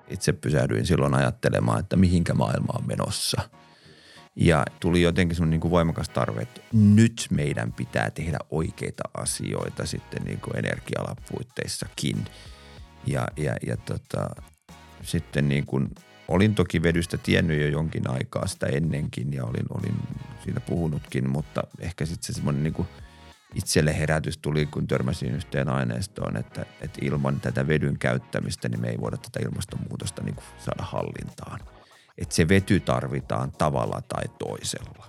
itse pysähdyin silloin ajattelemaan, että mihinkä maailma on menossa. Ja tuli jotenkin semmoinen niin kuin voimakas tarve, että nyt meidän pitää tehdä oikeita asioita sitten niin kuin energia-alan puitteissakin. Ja sitten niin kuin olin toki vedystä tiennyt jo jonkin aikaa sitä ennenkin ja olin siitä puhunutkin, mutta ehkä sitten se semmoinen niin kuin itselle herätys tuli, kun törmäsin yhteen aineistoon, että ilman tätä vedyn käyttämistä niin me ei voida tätä ilmastonmuutosta niin kuin saada hallintaan. Että se vety tarvitaan tavalla tai toisella.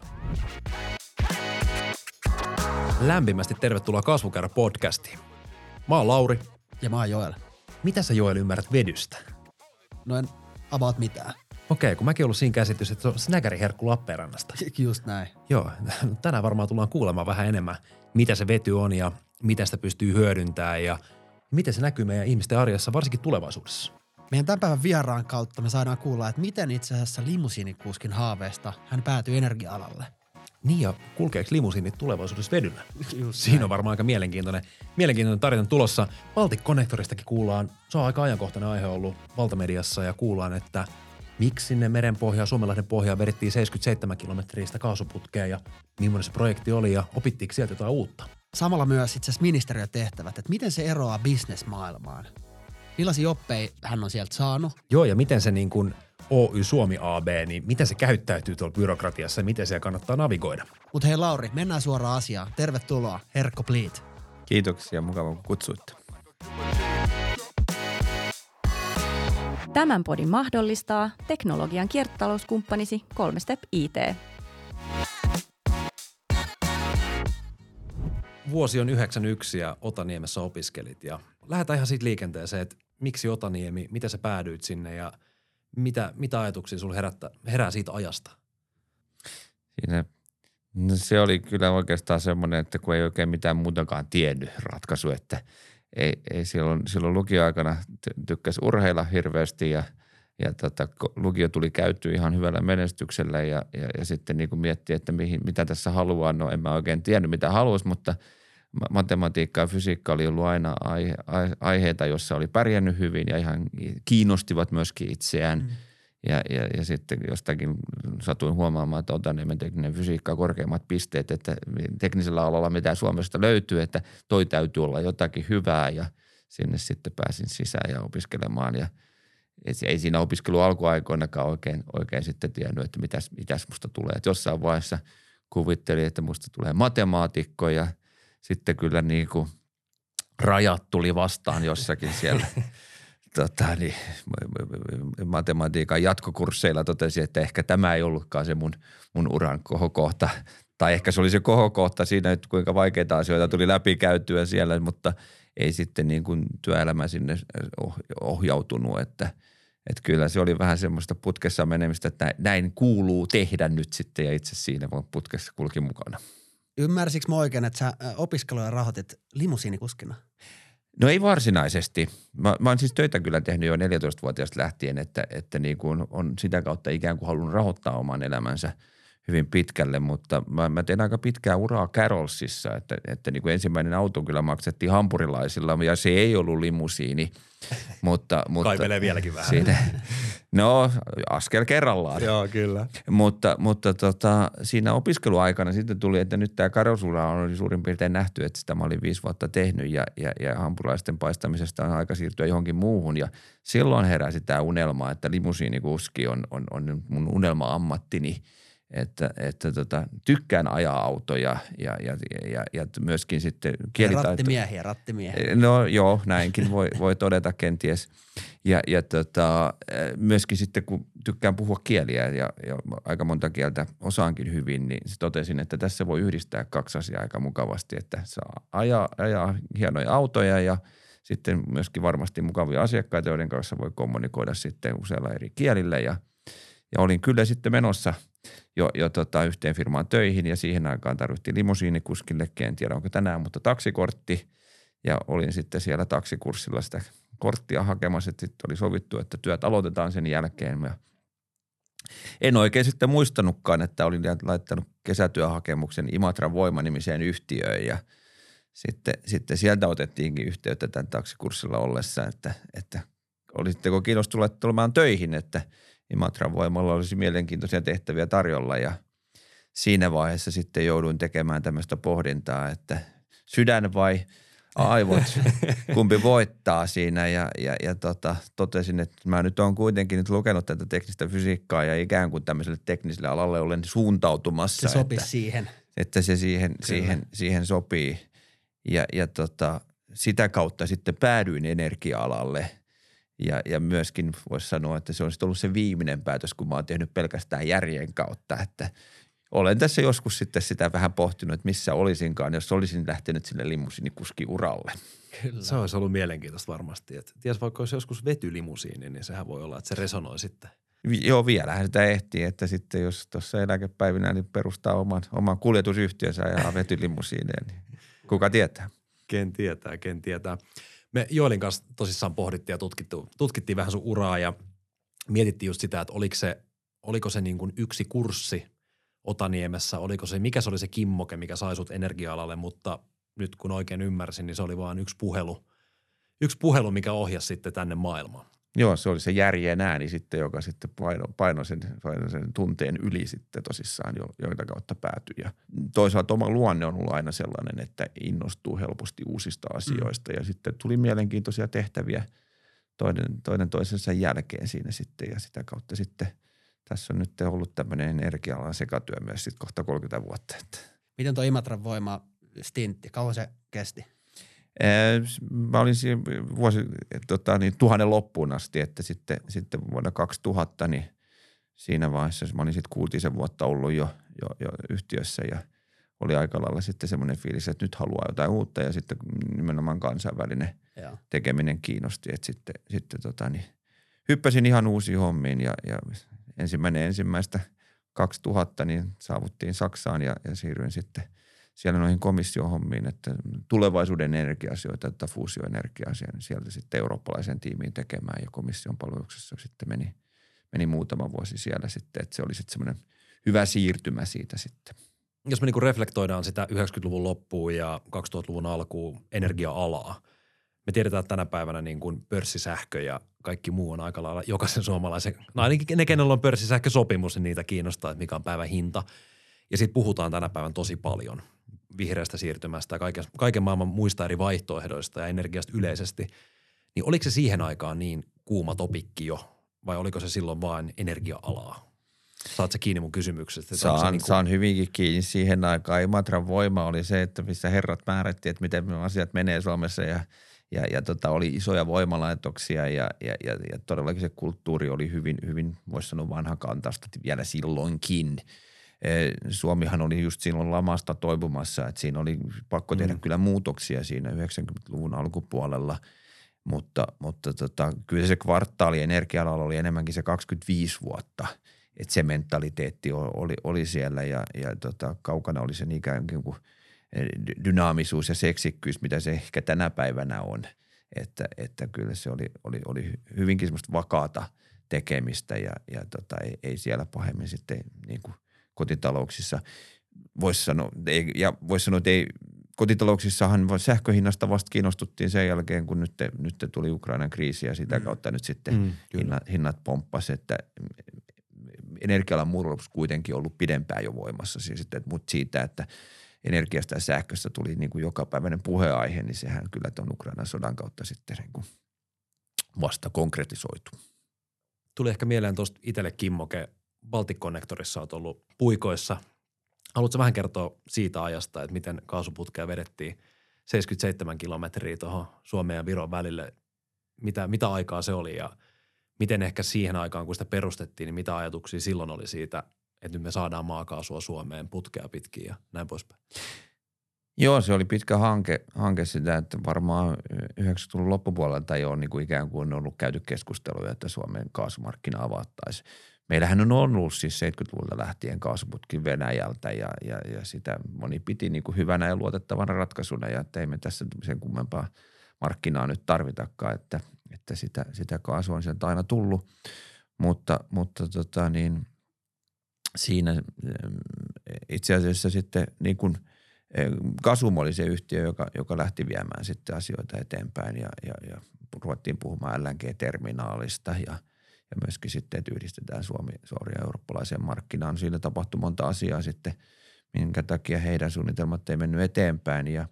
Lämpimästi tervetuloa Kasvukäyrä podcastiin. Mä oon Lauri. Ja mä oon Joel. Mitä sä Joel ymmärrät vedystä? No en about mitään. Okei, kun mäkin ollut siinä käsitys, että se on snäkäriherkku Lappeenrannasta. Just näin. Joo, tänään varmaan tullaan kuulemaan vähän enemmän, mitä se vety on ja miten sitä pystyy hyödyntämään ja miten se näkyy meidän ihmisten arjessa, varsinkin tulevaisuudessa. Meidän tämän päivän vieraan kautta me saadaan kuulla, että miten itse asiassa limusiinikuskin haaveesta hän päätyi energia-alalle. Niin ja kulkeeko limusiinit tulevaisuudessa vedyllä? Just Siinä näin. on varmaan aika mielenkiintoinen tarina tulossa. Baltic Connectoristakin kuullaan, se on aika ajankohtainen aihe ollut valtamediassa ja kuullaan, että miksi sinne merenpohjaan, Suomenlahden pohjaan vedettiin 77 kilometristä kaasuputkea ja millainen se projekti oli ja opittiinko sieltä jotain uutta? Samalla myös itse asiassa ministeriötehtävät, että miten se eroaa bisnesmaailmaan. Millaisia oppeja hän on sieltä saanut? Joo, ja miten se niin kuin Oy Suomi AB, niin miten se käyttäytyy tuolla byrokratiassa ja miten siellä kannattaa navigoida? Mutta hei Lauri, mennään suoraan asiaan. Tervetuloa, Herkko Pliit. Kiitoksia, mukava kun kutsuitte. Tämän podin mahdollistaa teknologian kiertotalouskumppanisi 3Step IT. Vuosi on 91 ja Otaniemessä opiskelit ja lähdetään ihan siitä liikenteeseen, että miksi Otaniemi, miten sä päädyit sinne ja mitä ajatuksia sulla herää siitä ajasta? No se oli kyllä oikeastaan semmoinen, että kun ei oikein mitään muutakaan tiennyt ratkaisu, että ei silloin lukioaikana tykkäsi urheilla hirveästi ja lukio tuli käyttyä ihan hyvällä menestyksellä ja sitten niin kuin miettii, että mitä tässä haluaa. No en mä oikein tiennyt mitä haluaisi, mutta matematiikka ja fysiikka oli ollut aina aiheita, joissa oli pärjännyt hyvin ja ihan kiinnostivat myöskin itseään. Ja sitten jostakin satuin huomaamaan, että Otaniemen tekninen fysiikka on korkeimmat pisteet, että teknisellä alalla mitä Suomesta löytyy, että toi täytyy olla jotakin hyvää ja sinne sitten pääsin sisään ja opiskelemaan ja ei siinä opiskelu alkuaikoinakaan oikein sitten tiennyt, että mitäs musta tulee. Että jossain vaiheessa kuvittelin, että musta tulee matemaatikko ja sitten kyllä niin kuin rajat tuli vastaan jossakin siellä matematiikan jatkokursseilla totesin, että ehkä tämä ei ollutkaan se mun uran kohokohta. Tai ehkä se oli se kohokohta siinä, että kuinka vaikeita asioita tuli läpikäytyä siellä, mutta ei sitten niin kuin työelämä sinne ohjautunut, että kyllä se oli vähän semmoista putkessa menemistä, että näin kuuluu tehdä nyt sitten ja itse siinä putkessa kulki mukana. Ymmärsikö mä oikein, että sä opiskeluja rahoitit limusiinikuskina? No ei varsinaisesti. Mä oon siis töitä kyllä tehnyt jo 14-vuotiaasta lähtien, että niin kuin on sitä kautta ikään kuin halunnut rahoittaa oman elämänsä hyvin pitkälle, mutta mä tein aika pitkää uraa Carrollsissa, että niin kuin ensimmäinen auto kyllä maksettiin hampurilaisilla ja se ei ollut limusiini, mutta Kaivelee vieläkin vähän. Siinä, no askel kerrallaan. Joo, kyllä. Mutta siinä opiskeluaikana sitten tuli, että nyt tämä Carrollsura oli suurin piirtein nähty, että sitä mä olin 5 vuotta tehnyt ja hampurilaisten paistamisesta on aika siirtyä johonkin muuhun ja silloin heräsi tämä unelma, että limusiinikuski on mun unelma-ammattini. Että tykkään ajaa autoja ja myöskin sitten kielitaito. Rattimiehiä. No joo, näinkin voi todeta kenties. Ja myöskin sitten kun tykkään puhua kieliä ja aika monta kieltä osaankin hyvin, niin totesin, että tässä voi yhdistää 2 asiaa aika mukavasti, että saa ajaa hienoja autoja ja sitten myöskin varmasti mukavia asiakkaita, joiden kanssa voi kommunikoida sitten useilla eri kielillä ja olin kyllä sitten menossa jo yhteen firmaan töihin ja siihen aikaan tarvittiin limusiinikuskillekin, en tiedä onko tänään, mutta taksikortti ja olin sitten siellä taksikurssilla sitä korttia hakemassa, että sitten oli sovittu, että työt aloitetaan sen jälkeen. Ja en oikein sitten muistanutkaan, että olin laittanut kesätyöhakemuksen Imatran Voima-nimiseen yhtiöön ja sitten sieltä otettiinkin yhteyttä tämän taksikurssilla ollessa, että olisitteko kiinnostuneet tulemaan töihin, että Imatran voimalla olisi mielenkiintoisia tehtäviä tarjolla ja siinä vaiheessa sitten jouduin tekemään tämmöistä pohdintaa, että sydän vai aivot, kumpi voittaa siinä ja totesin, että mä nyt oon kuitenkin nyt lukenut tätä teknistä fysiikkaa ja ikään kuin tämmöiselle tekniselle alalle olen suuntautumassa. Se sopisi siihen. Että se siihen sopii ja sitä kautta sitten päädyin energia-alalle ja myöskin voisi sanoa, että se olisi ollut se viimeinen päätös, kun mä oon tehnyt pelkästään järjen kautta, että olen tässä joskus sitten sitä vähän pohtinut, että missä olisinkaan, jos olisin lähtenyt sille limusiinikuskin-uralle. Kyllä. Se olisi ollut mielenkiintoista varmasti. Että ties vaikka olisi joskus vetylimusiini, niin sehän voi olla, että se resonoi sitten. Joo, vielähän sitä ehtii, että sitten jos tuossa eläkepäivinä niin perustaa oman kuljetusyhtiönsä ja vetylimusiineen, niin kuka tietää? Ken tietää. Me Joelin kanssa tosissaan pohdittiin ja tutkittiin vähän sun uraa ja mietittiin just sitä, että oliko se niin kuin yksi kurssi Otaniemessä, mikä se oli se kimmoke, mikä sai sut energia-alalle, mutta nyt kun oikein ymmärsin, niin se oli vaan yksi puhelu, mikä ohjasi sitten tänne maailmaan. Joo, se oli se järjen ääni sitten, joka sitten painoi sen tunteen yli sitten tosissaan, joita kautta päätyi. Ja toisaalta oma luonne on ollut aina sellainen, että innostuu helposti uusista asioista ja sitten tuli mielenkiintoisia tehtäviä toinen toisensa jälkeen siinä sitten ja sitä kautta sitten tässä on nyt ollut tämmöinen energia-alan sekatyö myös sitten kohta 30 vuotta. Miten tuo Imatran voima stintti, kauan se kesti? Mä olin siinä vuosi 1000 loppuun asti, että sitten vuonna 2000 niin siinä vaiheessa mä olin sitten 6 vuotta ollut jo yhtiössä ja oli aika lailla sitten semmoinen fiilis, että nyt haluaa jotain uutta ja sitten nimenomaan kansainvälinen tekeminen kiinnosti, että sitten hyppäsin ihan uusiin hommiin ja ensimmäistä 2000 niin saavuttiin Saksaan ja siirryin sitten siellä noihin komissiohommiin, että tulevaisuuden energia-asioita, että fuusioenergia-asioita, sieltä sitten eurooppalaisen tiimiin tekemään ja komission palveluksessa sitten meni muutama vuosi siellä sitten, että se oli sitten semmoinen hyvä siirtymä siitä sitten. Jos me niin kuin reflektoidaan sitä 90-luvun loppuun ja 2000-luvun alkuun energia-alaa, me tiedetään, että tänä päivänä niin kuin pörssisähkö ja kaikki muu on aika lailla jokaisen suomalaisen, no ainakin ne, kenellä on pörssisähkösopimus, niin niitä kiinnostaa, että mikä on päivän hinta. Ja siitä puhutaan tänä päivän tosi paljon vihreästä siirtymästä ja kaiken maailman muista eri vaihtoehdoista ja energiasta yleisesti. Niin oliko se siihen aikaan niin kuuma topikki jo vai oliko se silloin vain energia-alaa? Saat sä kiinni mun kysymyksestä? Saan hyvinkin kiinni siihen aikaan. Imatran voima oli se, että missä herrat määrättiin, että miten asiat menee Suomessa ja oli isoja voimalaitoksia ja todellakin se kulttuuri oli hyvin voisi sanoa vanhakantaista vielä silloinkin. Suomihan oli just silloin lamasta toipumassa, että siinä oli pakko tehdä kyllä muutoksia siinä 90-luvun alkupuolella, mutta kyllä se kvartaali energia-alalla oli enemmänkin se 25 vuotta, että se mentaliteetti oli siellä ja kaukana oli sen ikään kuin dynaamisuus ja seksikkyys, mitä se ehkä tänä päivänä on, että kyllä se oli hyvinkin semmoista vakaata tekemistä ja ei siellä pahemmin sitten niin kuin kotitalouksissa voisi sanoa, että ei kotitalouksissahan sähköhinnasta vasta kiinnostuttiin sen jälkeen, kun nyt tuli Ukrainan kriisi ja sitä kautta nyt sitten hinnat pomppasi, että energia-alan murros kuitenkin ollut pidempään jo voimassa, mutta siitä, että energiasta ja sähköstä tuli niin kuin jokapäiväinen puheaihe, niin sehän kyllä tuon Ukrainan sodan kautta sitten niin kuin vasta konkretisoitu. Tuli ehkä mieleen tuosta itselle kimmoke. Baltic Connectorissa olet ollut puikoissa. Haluatko vähän kertoa siitä ajasta, että miten kaasuputkea vedettiin 77 kilometriä tuohon Suomen ja Viron välille? Mitä aikaa se oli ja miten ehkä siihen aikaan, kun sitä perustettiin, niin mitä ajatuksia silloin oli siitä, että nyt me saadaan maakaasua Suomeen putkea pitkin ja näin poispäin? Joo, se oli pitkä hanke sitä, että varmaan 90-luvun loppupuolelta ei ole niin kuin ikään kuin ollut käyty keskusteluja, että Suomen kaasumarkkina avattaisiin. Meillähän on ollut siis 70-luvulta lähtien kaasuputki Venäjältä ja sitä moni piti niin kuin hyvänä ja luotettavana ratkaisuna ja että ei me tässä sen kummempaa markkinaa nyt tarvitakaan, että sitä kaasua on sieltä aina tullut, mutta siinä itse asiassa sitten niin kuin Gasum oli se yhtiö, joka lähti viemään sitten asioita eteenpäin ja ruvettiin puhumaan LNG-terminaalista ja myöskin sitten, että yhdistetään Suomi suoraan eurooppalaiseen markkinaan. Siinä tapahtui monta asiaa sitten, minkä takia heidän suunnitelmat ei mennyt eteenpäin ja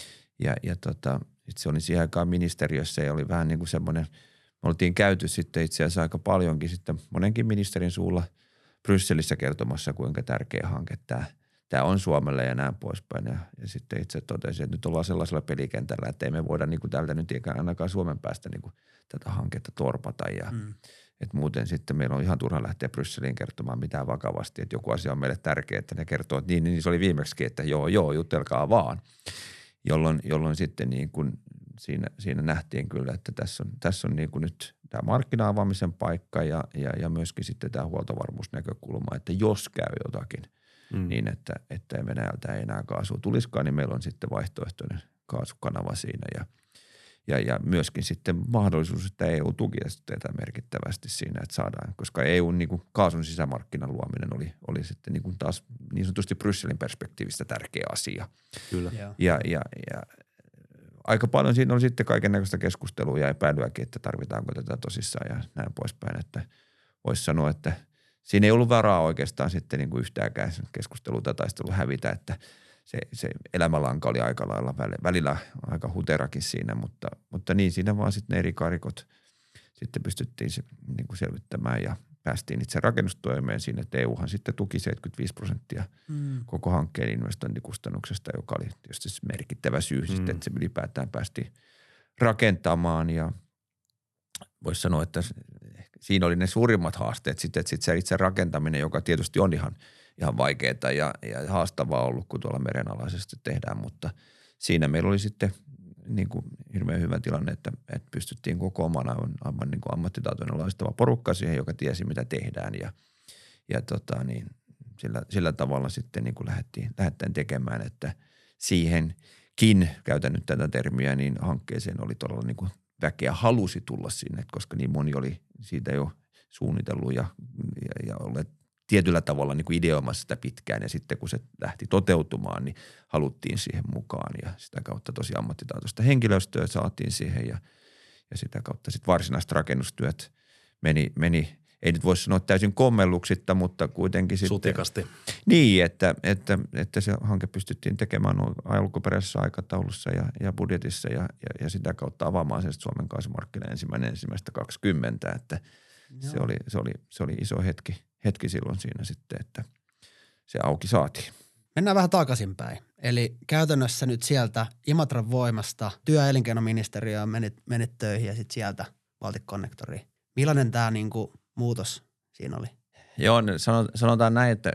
se oli siihen aikaan ministeriössä ja oli vähän niin kuin semmoinen, me oltiin käyty sitten itse asiassa aika paljonkin sitten monenkin ministerin suulla Brysselissä kertomassa, kuinka tärkeä hanke tämä on Suomelle ja näin poispäin. Ja sitten itse totesin, että nyt ollaan sellaisella pelikentällä, että ei me voida niin kuin tältä nyt ainakaan Suomen päästä niin kuin tätä hanketta torpata. Ja että muuten sitten meillä on ihan turha lähteä Brysseliin kertomaan mitään vakavasti, että joku asia on meille tärkeä, että ne kertoo, että niin se oli viimeksikin, että joo, jutelkaa vaan. Jolloin sitten niin kuin siinä nähtiin kyllä, että tässä on niin kuin nyt tämä markkina-avaamisen paikka ja myöskin sitten tämä huoltovarmuusnäkökulma, että jos käy jotakin niin, että Venäjältä ei enää kaasua tulisikaan, niin meillä on sitten vaihtoehtoinen kaasukanava siinä ja myöskin sitten mahdollisuus, että EU tuki tätä merkittävästi siinä, että saadaan, koska EUn niin kuin kaasun sisämarkkinan luominen oli sitten niin kuin taas niin sanotusti Brysselin perspektiivistä tärkeä asia. Kyllä. Ja aika paljon siinä on sitten kaikennäköistä keskustelua ja epäilyäkin, että tarvitaanko tätä tosissaan ja näin poispäin, että voisi sanoa, että siinä ei ollut varaa oikeastaan sitten niin kuin yhtäänkään keskustelua tai taistelua hävitä, että se elämänlanka oli aika lailla välillä aika huterakin siinä, mutta niin siinä vaan sitten ne eri karikot sitten pystyttiin niin kuin selvittämään ja päästiin itse rakennustoimeen siinä, että EUhan sitten tuki 75% koko hankkeen investointikustannuksesta, joka oli tietysti merkittävä syy sitten, että se ylipäätään päästiin rakentamaan ja voisi sanoa, että siinä oli ne suurimmat haasteet sitten, että se itse rakentaminen, joka tietysti on ihan vaikeaa ja haastavaa ollut, kun tuolla merenalaisesti tehdään, mutta siinä meillä oli sitten niin kuin hirveän hyvä tilanne, että pystyttiin kokoamaan aivan niin kuin ammattitaitoinen loistava porukka siihen, joka tiesi, mitä tehdään ja sillä tavalla sitten niin kuin lähdettiin tekemään, että siihenkin, käytän nyt tätä termiä, niin hankkeeseen oli todella niin kuin väkeä halusi tulla sinne, koska niin moni oli siitä jo suunnitellut ja olleet tietyllä tavalla niin kuin ideoimassa sitä pitkään ja sitten kun se lähti toteutumaan, niin haluttiin siihen mukaan ja sitä kautta tosi ammattitaitoista henkilöstöä saatiin siihen ja sitä kautta sitten varsinaiset rakennustyöt meni, ei nyt voisi sanoa täysin kommelluksitta, mutta kuitenkin sitten. Sutikasti. Niin, että se hanke pystyttiin tekemään alkuperäisessä aikataulussa ja budjetissa ja sitä kautta avaamaan sen Suomen kaasumarkkina 1.1.20, että se oli iso hetki silloin siinä sitten, että se auki saatiin. Mennään vähän takaisinpäin. Eli käytännössä nyt sieltä Imatran voimasta työ- ja elinkeinoministeriöön menit töihin ja sitten sieltä Balticconnectoriin. Millainen tämä niinku muutos siinä oli? Joo, sanotaan näin, että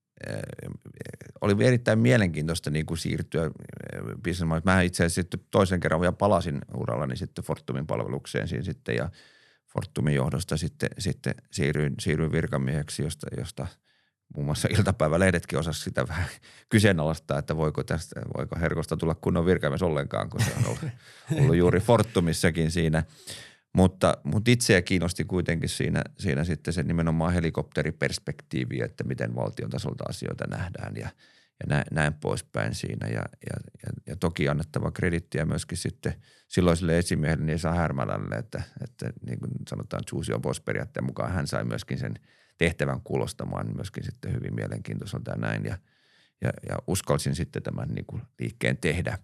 oli erittäin mielenkiintoista niin kuin siirtyä bisnesmaailmaan. Mä itse asiassa sitten toisen kerran vielä palasin urallani sitten Fortumin palvelukseen siinä sitten ja Fortumin johdosta sitten siirryin virkamieheksi, josta muun muassa iltapäivälehdetkin osasi sitä vähän kyseenalaistaa, että voiko Herkosta tulla kunnon virkamies ollenkaan, kun se on ollut juuri Fortumissakin siinä. Mutta itseä kiinnosti kuitenkin siinä sitten se nimenomaan helikopteriperspektiivi, että miten valtion tasolta asioita nähdään ja näin poispäin siinä. Ja toki annettava kredittiä myöskin sitten silloiselle esimiehelle Esa Härmälälle, että niin kuin sanotaan choose your boss -periaatteen mukaan hän sai myöskin sen tehtävän kuulostamaan myöskin sitten hyvin mielenkiintoiselta ja näin. Ja uskalsin sitten tämän niin kuin liikkeen tehdä.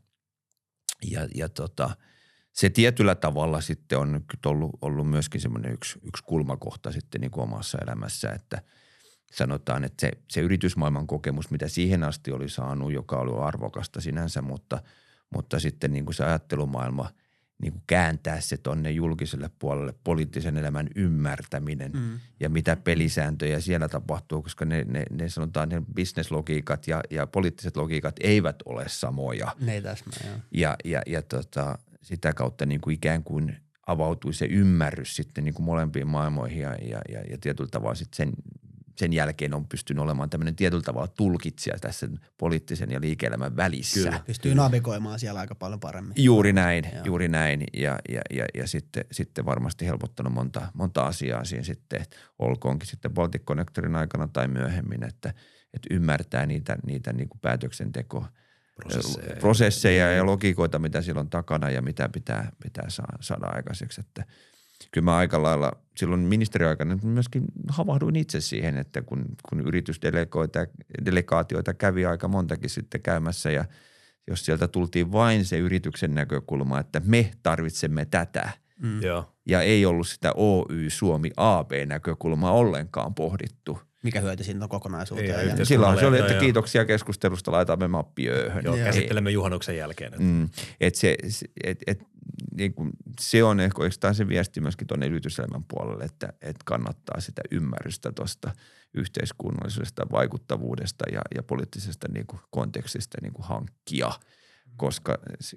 Se tietyllä tavalla sitten on ollut myöskin semmoinen yksi kulmakohta sitten niin kuin omassa elämässä, että sanotaan, että se yritysmaailman kokemus, mitä siihen asti oli saanut, joka oli arvokasta sinänsä, mutta sitten niin kuin se ajattelumaailma niin kuin kääntää se tonne julkiselle puolelle, poliittisen elämän ymmärtäminen ja mitä pelisääntöjä siellä tapahtuu, koska ne sanotaan ne business-logiikat ja poliittiset logiikat eivät ole samoja. Ne ei täsmää, Ja sitä kautta niin kuin ikään kuin avautui se ymmärrys sitten niin kuin molempiin maailmoihin ja tietyllä tavalla sitten sen jälkeen on pystynyt olemaan tämmöinen tietyllä tavalla tulkitsija tässä poliittisen ja liike-elämän välissä. Kyllä, pystyy navigoimaan siellä aika paljon paremmin. Juuri näin. Ja sitten varmasti helpottanut monta asiaa siinä sitten, olkoonkin sitten Balticconnectorin aikana tai myöhemmin, että ymmärtää niitä niin kuin päätöksentekoprosesseja prosesseja ja logiikoita, mitä siellä on takana ja mitä pitää saada aikaiseksi. Että kyllä mä aika lailla silloin ministeriaikana myöskin havahduin itse siihen, että kun yritysdelegaatioita kävi aika montakin sitten käymässä ja jos sieltä tultiin vain se yrityksen näkökulma, että me tarvitsemme tätä ja ei ollut sitä Oy Suomi AB-näkökulmaa ollenkaan pohdittu. Mikä hyöty siinä on kokonaisuuteen? Silloin se oli, että kiitoksia keskustelusta, laitamme mappiööhön. Joo, käsittelemme juhannuksen jälkeen. Se on ehkä oikeastaan se viesti myöskin tuonne yrityselämän puolelle, että kannattaa sitä ymmärrystä tuosta yhteiskunnallisesta vaikuttavuudesta ja poliittisesta niin kuin kontekstista niin kuin hankkia, koska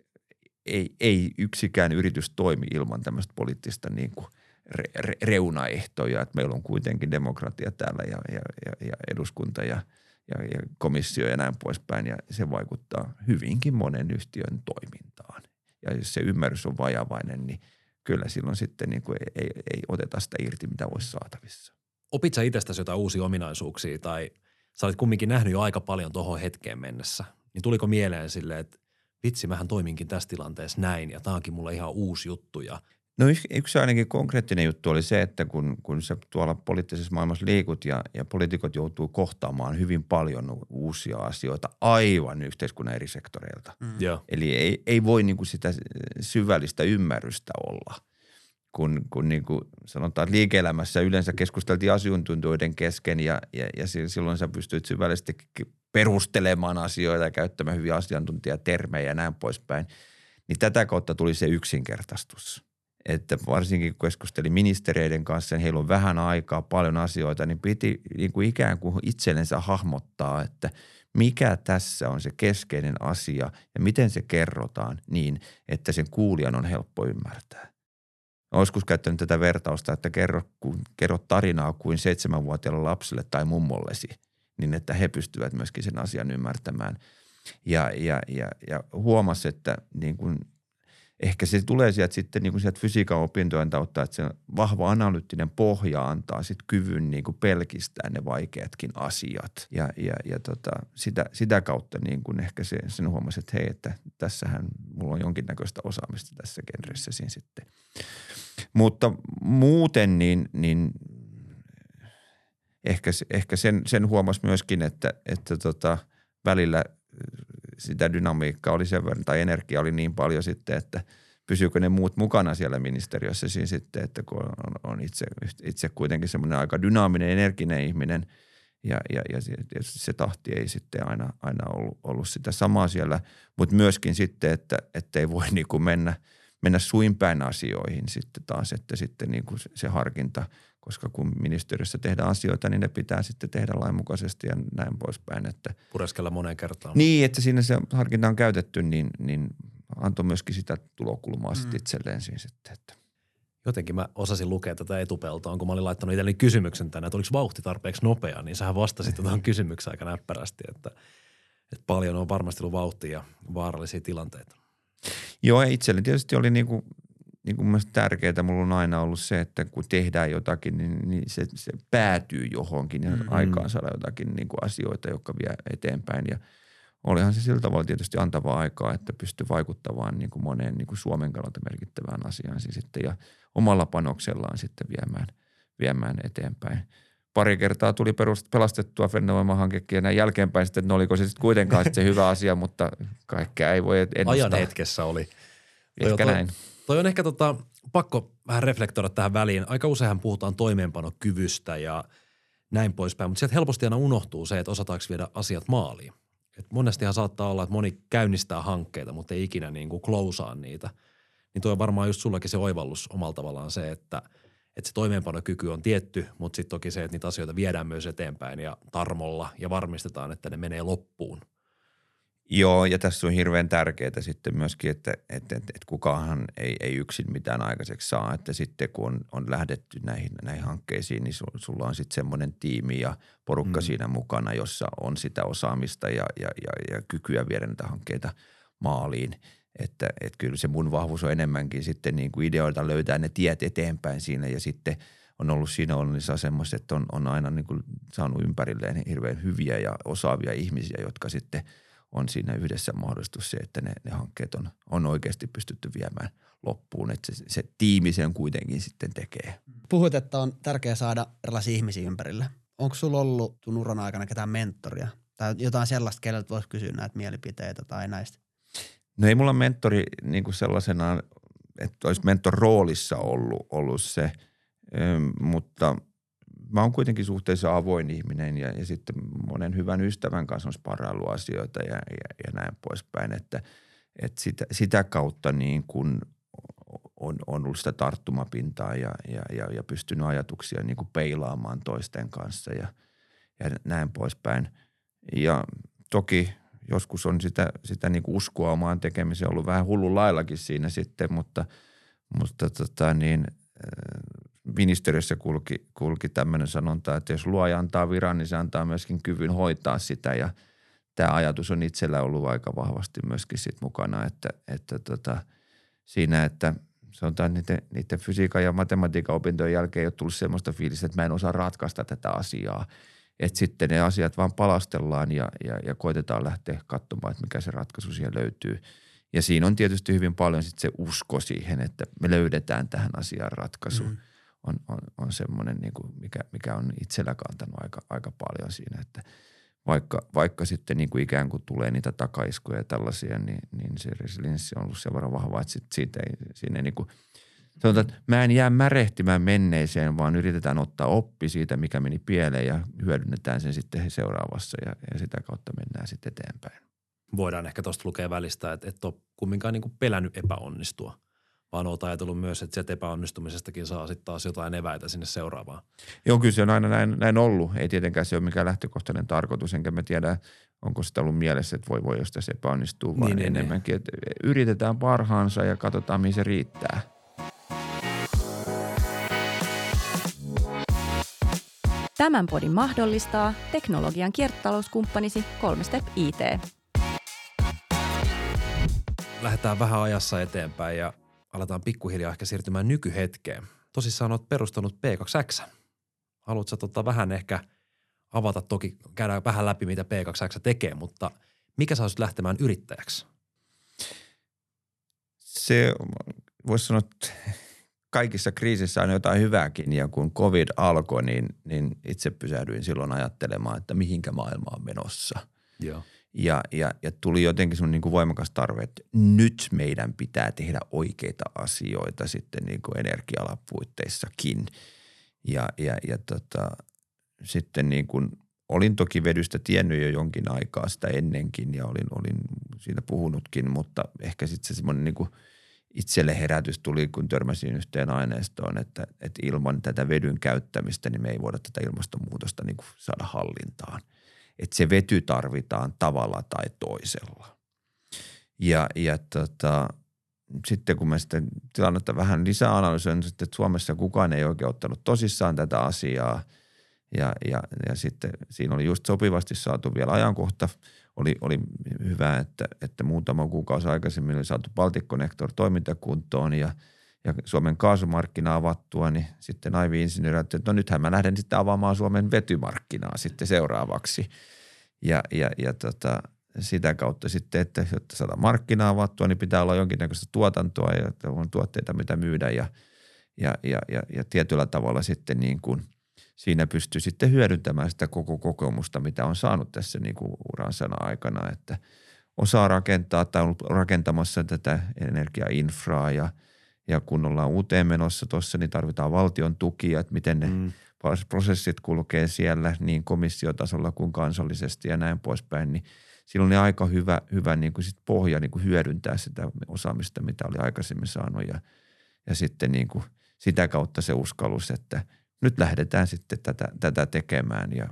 ei yksikään yritys toimi ilman tämmöistä poliittista niin kuin reunaehtoja, että meillä on kuitenkin demokratia täällä ja eduskunta ja komissio ja näin poispäin ja se vaikuttaa hyvinkin monen yhtiön toimintaan. Ja jos se ymmärrys on vajavainen, niin kyllä silloin sitten niin kuin ei oteta sitä irti, mitä olisi saatavissa. Opit sä itsestäsi jotain uusia ominaisuuksia tai sä olit kumminkin nähnyt jo aika paljon tohon hetkeen mennessä, niin tuliko mieleen silleen, että vitsi, mähän toiminkin tässä tilanteessa näin ja tää onkin mulle ihan uusi juttu ja No yksi ainakin konkreettinen juttu oli se, että kun sä tuolla poliittisessa maailmassa liikut ja poliitikot joutuu kohtaamaan hyvin paljon uusia asioita aivan yhteiskunnan eri sektoreilta. Eli ei voi niin kuin sitä syvällistä ymmärrystä olla, kun niin kuin sanotaan liike-elämässä yleensä keskusteltiin asiantuntijoiden kesken ja silloin sä pystyt syvällisesti perustelemaan asioita ja käyttämään hyviä asiantuntijatermejä ja näin poispäin. Niin tätä kautta tuli se yksinkertaistus. Että varsinkin kun keskustelin ministereiden kanssa, niin heillä on vähän aikaa, paljon asioita, niin piti niin kuin ikään kuin itsellensä hahmottaa, että mikä tässä on se keskeinen asia ja miten se kerrotaan niin, että sen kuulijan on helppo ymmärtää. Olen joskus käyttänyt tätä vertausta, että kerro tarinaa kuin 7-vuotiaalle lapselle tai mummollesi, niin että he pystyvät myöskin sen asian ymmärtämään. Ja huomasi, että niin kuin ehkä se tulee sieltä sitten niin kuin sieltä fysiikan opintojen tautta, että se vahva analyyttinen pohja antaa sitten kyvyn niin kuin pelkistää ne vaikeatkin asiat. Ja sitä kautta niin kuin ehkä sen huomasi, että hei, että tässähän mulla on jonkinnäköistä osaamista tässä genressä siinä sitten. Mutta muuten niin ehkä sen huomasi myöskin, että välillä sitä dynamiikkaa oli sen verran, tai energiaa oli niin paljon sitten, että pysyykö ne muut mukana siellä ministeriössä siinä sitten, että kun on itse kuitenkin semmoinen aika dynaaminen, energinen ihminen ja se tahti ei sitten aina ollut sitä samaa siellä, mutta myöskin sitten, että ei voi niin kuin mennä suinpäin asioihin sitten taas, että sitten niin kuin se harkinta, koska kun ministeriössä tehdään asioita, niin ne pitää sitten tehdä lainmukaisesti ja näin poispäin. Että pureskella moneen kertaan. Niin, että siinä se harkinta on käytetty, niin antoi myöskin sitä tulokulmaa sitten itselleen siinä sitten. Että. Jotenkin mä osasin lukea tätä etupeltoon, kun mä olin laittanut itselleni kysymyksen tänään, että oliko vauhti tarpeeksi nopea, niin sähän vastasit tuohon kysymykseen aika näppärästi, että paljon on varmasti ollut vauhtia ja vaarallisia tilanteita. Joo, ja itselleni tietysti oli niin kuin mielestäni tärkeää, mulla on aina ollut se, että kun tehdään jotakin, niin se päätyy johonkin ja aikaan saada jotakin niin kuin asioita, jotka vie eteenpäin. Ja olihan se sillä tavalla tietysti antavaa aikaa, että pystyi vaikuttamaan niin kuin moneen niin kuin Suomen kannalta merkittävään asiaan sitten ja omalla panoksellaan sitten viemään eteenpäin. Pari kertaa tuli pelastettua Fennovoima-hankekin ja näin jälkeenpäin sitten, että oliko se sitten kuitenkaan sitten se hyvä asia, mutta kaikkea ei voi ennustaa. Ajan hetkessä oli. Ehkä näin. Toi on ehkä pakko vähän reflektoida tähän väliin. Aika useinhan puhutaan toimeenpanokyvystä ja näin poispäin, mutta sieltä helposti aina unohtuu se, että osataanko viedä asiat maaliin. Et monestihan saattaa olla, että moni käynnistää hankkeita, mutta ei ikinä niin kuin closeaa niitä. Niin toi on varmaan just sullakin se oivallus omalla tavallaan se, että se toimeenpanokyky on tietty, mutta sitten toki se, että niitä asioita viedään myös eteenpäin ja tarmolla ja varmistetaan, että ne menee loppuun. Joo, ja tässä on hirveän tärkeää sitten myöskin, että kukaan ei yksin mitään aikaiseksi saa, että sitten kun on lähdetty näihin hankkeisiin, niin sulla on sitten semmoinen tiimi ja porukka siinä mukana, jossa on sitä osaamista ja kykyä viedä näitä hankkeita maaliin. Että kyllä se mun vahvuus on enemmänkin sitten niin kuin ideoita löytää ne tiet eteenpäin siinä ja sitten on ollut siinä onnellisessa asemassa, että on aina niin kuin saanut ympärilleen hirveän hyviä ja osaavia ihmisiä, jotka sitten on siinä yhdessä mahdollistus se, että ne hankkeet on oikeasti pystytty viemään loppuun, että se tiimi sen kuitenkin sitten tekee. Puhuit, että on tärkeää saada erilaisia ihmisiä ympärille. Onko sulla ollut sun uran aikana ketään mentoria tai jotain sellaista, keneltä voisi kysyä näitä mielipiteitä tai näistä? No ei mulla mentori niin kuin sellaisena, että olisi mentor-roolissa ollut se, mutta mä oon kuitenkin suhteessa avoin ihminen ja sitten monen hyvän ystävän kanssa on sparrailu asioita ja näin poispäin, että sitä kautta niin kuin on ollut sitä tarttumapintaa ja pystynyt ajatuksia niin kuin peilaamaan toisten kanssa ja näin poispäin. Ja toki joskus on sitä niin kuin uskoa omaan tekemiseen ollut vähän hullun laillakin siinä sitten, mutta ministeriössä kulki tämmöinen sanonta, että jos luoja antaa viran, niin se antaa myöskin kyvyn hoitaa sitä ja tämä ajatus on itsellä ollut aika vahvasti myöskin sit mukana, että siinä, että sanotaan niiden fysiikan ja matematiikan opintojen jälkeen ei ole tullut semmoista fiilistä, että mä en osaa ratkaista tätä asiaa. Että sitten ne asiat vaan palastellaan ja koitetaan lähteä katsomaan, että mikä se ratkaisu siellä löytyy. Ja siinä on tietysti hyvin paljon sitten se usko siihen, että me löydetään tähän asiaan ratkaisu. On semmoinen, niin kuin mikä on itsellä kantanut aika paljon siinä, että vaikka sitten niin kuin ikään kuin tulee niitä takaiskuja ja tällaisia, niin se resilienssi on ollut sen verran vahva, että siinä ei niin kuin sanotaan, että mä en jää märehtimään menneeseen, vaan yritetään ottaa oppi siitä, mikä meni pieleen ja hyödynnetään sen sitten seuraavassa ja sitä kautta mennään sitten eteenpäin. Voidaan ehkä tuosta lukea välistä, että et ole kumminkaan niin kuin pelännyt epäonnistua, vaan olet ajatellut myös, että sieltä epäonnistumisestakin saa sitten taas jotain eväitä sinne seuraavaan. Joo, kyllä se on aina näin ollut. Ei tietenkään se ole mikään lähtökohtainen tarkoitus, enkä mä tiedä, onko sitä ollut mielessä, että voi jos tässä epäonnistuu, vaan enemmänkin, että yritetään parhaansa ja katsotaan, mihin se riittää. Tämän podin mahdollistaa teknologian kiertotalouskumppanisi 3Step IT. Lähdetään vähän ajassa eteenpäin ja aletaan pikkuhiljaa ehkä siirtymään nykyhetkeen. Tosissaan olet perustanut P2X. Haluatko vähän ehkä avata, toki käydään vähän läpi, mitä P2X tekee, mutta mikä saa sinut lähtemään yrittäjäksi? Se voisi sanoa, että kaikissa kriisissä on jotain hyvääkin ja kun COVID alkoi, niin itse pysähdyin silloin ajattelemaan, että mihinkä maailma on menossa. Joo. Ja tuli jotenkin semmoinen niin kuin voimakas tarve, että nyt meidän pitää tehdä oikeita asioita sitten niin kuin energia-alan puitteissakin. Ja sitten niin kuin olin toki vedystä tiennyt jo jonkin aikaa sitä ennenkin ja olin siitä puhunutkin, mutta ehkä sitten se semmoinen niin kuin itselle herätys tuli, kun törmäsin yhteen aineistoon, että ilman tätä vedyn käyttämistä niin me ei voida tätä ilmastonmuutosta niin kuin saada hallintaan. Että se vety tarvitaan tavalla tai toisella. Ja sitten kun mä sitten tilannetta vähän lisää analysoin, että Suomessa kukaan ei oikein ottanut tosissaan tätä asiaa ja sitten siinä oli just sopivasti saatu vielä ajankohta. Oli hyvä, että muutama kuukausi aikaisemmin oli saatu Baltic-Connector toimintakuntoon ja Suomen kaasumarkkina avattua, niin sitten Aivi-insinööri ajatteli, että no nythän mä lähden sitten avaamaan Suomen vetymarkkinaa sitten seuraavaksi. Ja sitä kautta sitten, että jotta saadaan markkinaa avattua, niin pitää olla jonkinnäköistä tuotantoa ja on tuotteita, mitä myydä ja tietyllä tavalla sitten niin kuin siinä pystyy sitten hyödyntämään sitä koko kokemusta, mitä on saanut tässä niin kuin uransa aikana, että osaa rakentaa tai on ollut rakentamassa tätä energiainfraa ja kun ollaan uuteen menossa tuossa, niin tarvitaan valtion tukia, että miten ne prosessit kulkee siellä niin komissiotasolla kuin kansallisesti ja näin poispäin, niin silloin on aika hyvä niin kuin sit pohja niin kuin hyödyntää sitä osaamista, mitä oli aikaisemmin saanut ja sitten niin kuin sitä kautta se uskallus, että nyt lähdetään sitten tätä tekemään ja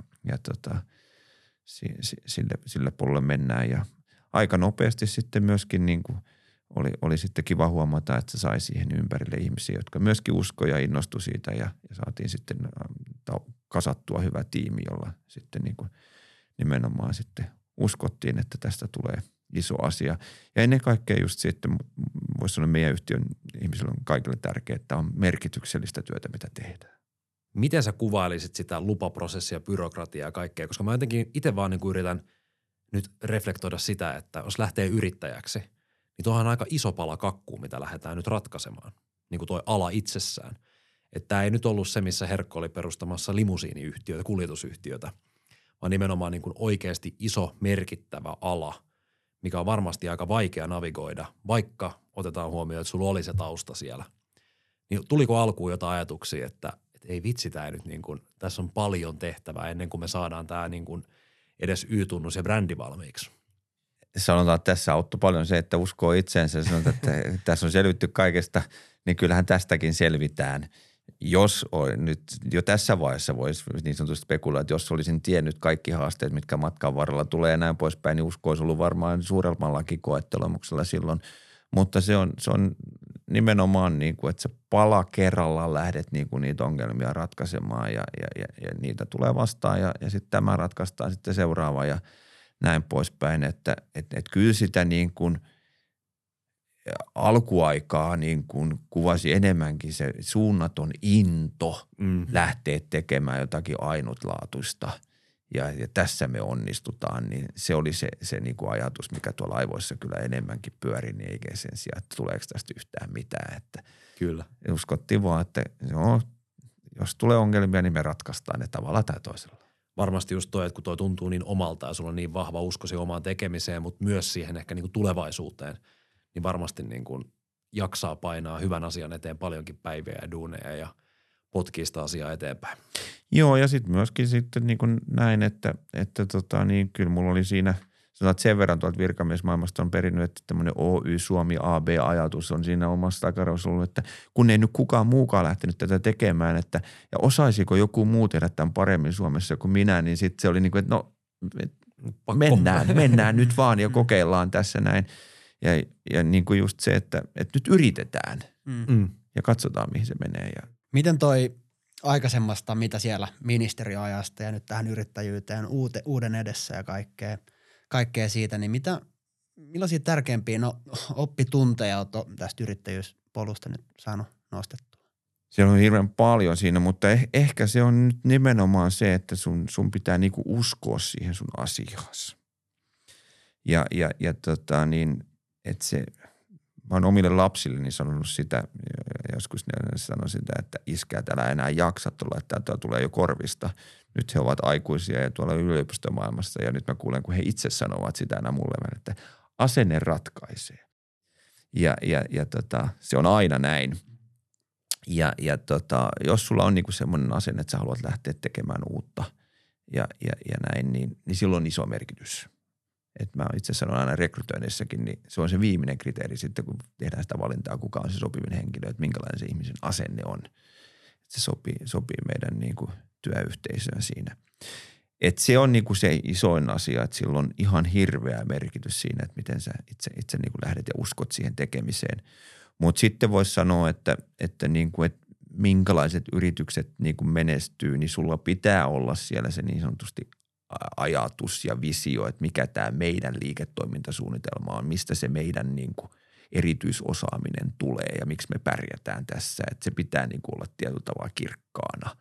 sille puolelle mennään ja aika nopeasti sitten myöskin niin kuin oli sitten kiva huomata, että se sai siihen ympärille ihmisiä, jotka myöskin uskoi ja innostui siitä ja saatiin sitten kasattua hyvä tiimi, jolla sitten niin kuin nimenomaan sitten uskottiin, että tästä tulee iso asia. Ja ennen kaikkea just sitten voisi sanoa meidän yhtiön ihmisillä on kaikille tärkeää, että on merkityksellistä työtä, mitä tehdään. Miten sä kuvailisit sitä lupaprosessia, byrokratiaa ja kaikkea? Koska mä jotenkin itse vaan niin kuin yritän nyt reflektoida sitä, että jos lähtee yrittäjäksi, niin tuohan on aika iso pala kakkuu, mitä lähdetään nyt ratkaisemaan, niin kuin toi ala itsessään. Että tämä ei nyt ollut se, missä Herkko oli perustamassa limusiiniyhtiötä, kuljetusyhtiötä, vaan nimenomaan niin kuin oikeasti iso merkittävä ala, mikä on varmasti aika vaikea navigoida, vaikka otetaan huomioon, että sulla oli se tausta siellä. Niin tuliko alkuun jotain ajatuksia, että ei vitsi tämä nyt niin kuin, tässä on paljon tehtävää ennen kuin me saadaan tämä niin kuin edes Y-tunnus ja brändi valmiiksi? Sanotaan, että tässä auttoi paljon se, että uskoo itseensä. Sanotaan, että tässä on selvitty kaikesta, niin kyllähän tästäkin selvitään. Jos nyt jo tässä vaiheessa voisi niin sanotusti spekuloida, että jos olisin tiennyt kaikki haasteet, mitkä matkan varrella tulee ja näin poispäin, niin usko olisi ollut varmaan suuremmallakin koettelemuksella silloin. Mutta se on nimenomaan niin kuin, että sä pala kerrallaan lähdet niin kuin niitä ongelmia ratkaisemaan ja niitä tulee vastaan ja sitten tämä ratkaistaan sitten seuraava ja näin poispäin. Että kyllä sitä niin kuin alkuaikaa niin kuin kuvasi enemmänkin se suunnaton into lähteä tekemään jotakin ainutlaatuista ja tässä me onnistutaan, niin se oli se niin kuin ajatus, mikä tuolla aivoissa kyllä enemmänkin pyöri, niin eikä sen sijaan, että tuleeko tästä yhtään mitään. Että kyllä. Uskottiin vaan, että jos tulee ongelmia, niin me ratkaistaan ne tavalla tai toisella. Varmasti just toi, että kun toi tuntuu niin omalta ja sulla on niin vahva usko siihen omaan tekemiseen, mutta myös siihen ehkä niin kuin tulevaisuuteen, niin varmasti niin kuin jaksaa painaa hyvän asian eteen paljonkin päiviä ja duuneja ja potkii sitä asiaa eteenpäin. Joo, ja sitten myöskin sitten niin kuin näin, että niin kyllä mulla oli siinä, sanotaan, että sen verran tuolta virkamiesmaailmasta on perinnyt, että tämmöinen Oy Suomi AB-ajatus on siinä omassa takaroissa ollut, että kun ei nyt kukaan muukaan lähtenyt tätä tekemään, että ja osaisiko joku muu tehdä tämän paremmin Suomessa kuin minä, niin sitten se oli niin kuin, että no mennään nyt vaan ja kokeillaan tässä näin. Ja niin kuin just se, että nyt yritetään ja katsotaan, mihin se menee. Miten toi aikaisemmasta, mitä siellä ministeriöajasta ja nyt tähän yrittäjyyteen uuden edessä ja kaikkea siitä, niin millaisia tärkeimpiä oppitunteja olet tästä yrittäjyyspolusta nyt saanut nostettua? Siellä on hirveän paljon siinä, mutta ehkä se on nyt nimenomaan se, että sun pitää niinku uskoa siihen sun asiakas. Ja että se, mä oon omille lapsilleni sanonut sitä, joskus ne sanoi sitä, että iskä, et älä enää jaksa tulla, että tämä tulee jo korvista. Nyt he ovat aikuisia ja tuolla yliopistomaailmassa ja nyt mä kuulen, kun he itse sanovat sitä aina mulle, että asenne ratkaisee. Ja se on aina näin. Ja jos sulla on niinku semmoinen asenne, että sä haluat lähteä tekemään uutta ja näin, niin silloin on iso merkitys. Että mä itse sanon aina rekrytoinnissakin, niin se on se viimeinen kriteeri sitten, kun tehdään sitä valintaa, kuka on se sopivin henkilö, että minkälainen se ihmisen asenne on. Että se sopii meidän niin kuin työyhteisöön siinä. Että se on niin kuin se isoin asia, että sillä on ihan hirveä merkitys siinä, että miten sä itse niin kuin lähdet ja uskot siihen tekemiseen. Mutta sitten voisi sanoa, että minkälaiset yritykset niin kuin menestyy, niin sulla pitää olla siellä se niin sanotusti ajatus ja visio, että mikä tämä meidän liiketoimintasuunnitelma on, mistä se meidän niin kuin erityisosaaminen tulee ja miksi me pärjätään tässä. Että se pitää niin kuin olla tietyllä tavalla kirkkaana.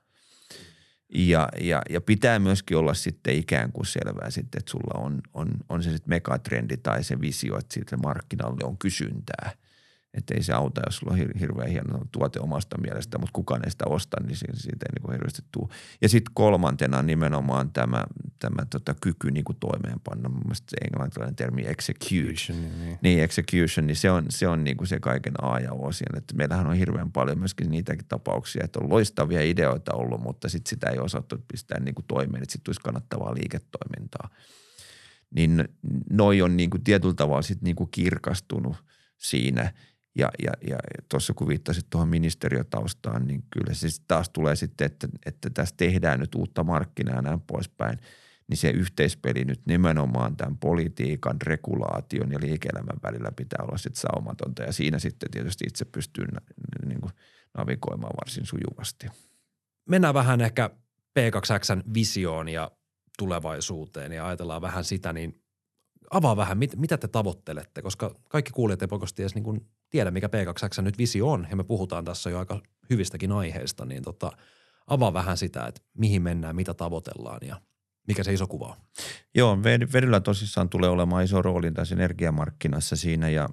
Ja pitää myöskin olla sitten ikään kuin selvää sitten, että sulla on se sitten megatrendi tai se visio, että siitä markkinalle on kysyntää. Että ei se auta, jos sulla on hirveän hieno tuote omasta mielestä, mutta kukaan ei sitä osta, niin siitä ei niin kuin hirveästi tule. Ja sitten kolmantena nimenomaan tämä kyky niin kuin toimeenpanna. Mun mielestä se englantilainen termi execution. Niin, execution, niin se on niin kuin se kaiken A ja O siellä. Että meillähän on hirveän paljon myöskin niitäkin tapauksia, että on loistavia ideoita ollut, mutta sitten sitä ei osattu pistää niin kuin toimeen, että sitten tulisi kannattavaa liiketoimintaa. Niin noi on niin kuin tietyllä tavalla sitten niin kuin kirkastunut siinä. Ja tuossa kun viittasit tuohon ministeriötaustaan, niin kyllä se taas tulee sitten, että tässä tehdään nyt uutta markkinaa ja näin poispäin, niin se yhteispeli nyt nimenomaan tämän politiikan, regulaation ja liike-elämän välillä pitää olla sitten saumatonta ja siinä sitten tietysti itse pystyy niin kuin navigoimaan varsin sujuvasti. Mennään vähän ehkä P2X:n visioon ja tulevaisuuteen ja ajatellaan vähän sitä, niin avaa vähän, mitä te tavoittelette, koska kaikki kuulijat ei poikosti edes niin kuin tiedä, mikä P2X nyt visio on, ja me puhutaan tässä jo aika hyvistäkin aiheista, niin avaa vähän sitä, että mihin mennään, mitä tavoitellaan ja Mikä se iso kuva on? Joo, vedyllä tosissaan tulee olemaan iso rooli tässä energiamarkkinassa siinä ja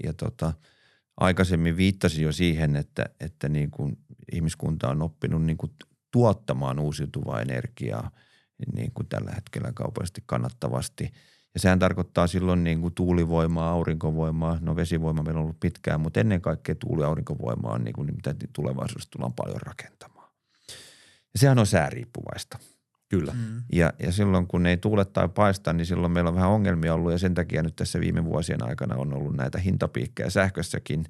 aikaisemmin viittasin jo siihen, että niin kuin ihmiskunta on oppinut niin kuin tuottamaan uusiutuvaa energiaa niin kuin tällä hetkellä kaupallisesti kannattavasti. Ja sehän tarkoittaa silloin niin kuin tuulivoimaa, aurinkovoimaa, no vesivoima meillä on ollut pitkään, mutta ennen kaikkea tuuli- ja aurinkovoimaa on niin kuin mitä tulevaisuudessa tullaan paljon rakentamaan. Ja sehän on sääriippuvaista. Kyllä. Ja silloin kun ei tuule tai paista, niin silloin meillä on vähän ongelmia ollut ja sen takia nyt tässä viime vuosien aikana on ollut näitä hintapiikkejä sähkössäkin.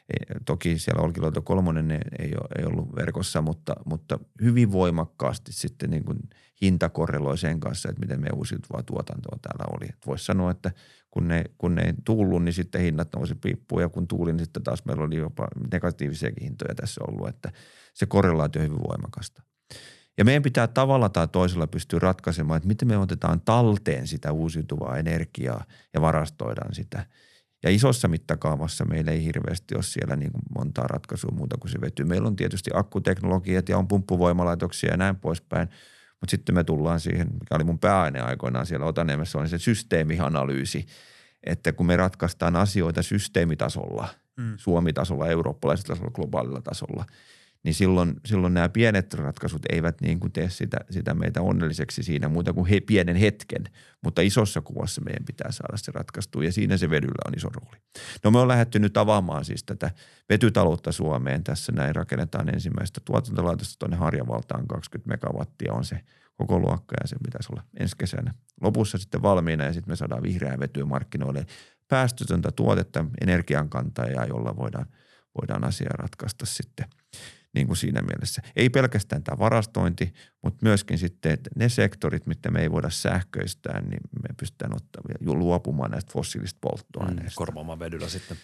Toki siellä Olkiluoto 3 ei ollut verkossa, mutta hyvin voimakkaasti sitten niin kuin hinta korreloi sen kanssa, että miten meidän uusiutuvaa tuotantoa täällä oli. Voisi sanoa, että kun ne ei tullut, niin sitten hinnat nousi piippuun ja kun tuuli, niin sitten taas meillä oli jopa negatiivisiakin hintoja tässä ollut, että se korrelaatio on hyvin voimakasta. Ja meidän pitää tavalla tai toisella pystyä ratkaisemaan, että miten me otetaan talteen sitä uusiutuvaa energiaa ja varastoidaan sitä. Ja isossa mittakaavassa meillä ei hirveästi ole siellä niin kuin montaa ratkaisua muuta kuin se vety. Meillä on tietysti akkuteknologiat ja on pumppuvoimalaitoksia ja näin poispäin, mutta sitten me tullaan siihen, mikä oli mun pääaine aikoinaan siellä Otaniemessä, on se systeemianalyysi, että kun me ratkaistaan asioita systeemitasolla, Suomi-tasolla, eurooppalaisella tasolla, globaalilla tasolla, niin silloin nämä pienet ratkaisut eivät niin kuin tee sitä meitä onnelliseksi siinä muuta kuin pienen hetken, mutta isossa kuvassa meidän pitää saada se ratkaistua ja siinä se vedyllä on iso rooli. No me on lähdetty nyt avaamaan siis tätä vetytaloutta Suomeen. Tässä näin rakennetaan ensimmäistä tuotantolaitosta tuonne Harjavaltaan, 20 megawattia on se koko luokka ja se pitäisi olla ensi kesänä lopussa sitten valmiina ja sitten me saadaan vihreää vetyä markkinoille päästötöntä tuotetta, energiankantajaa, jolla voidaan asiaa ratkaista sitten. Niin kuin siinä mielessä. Ei pelkästään tämä varastointi, mutta myöskin sitten että ne sektorit, mitä me ei voida sähköistää, niin me pystytään luopumaan näistä fossiilista polttoaineista. Korvaamaan vedyllä sitten.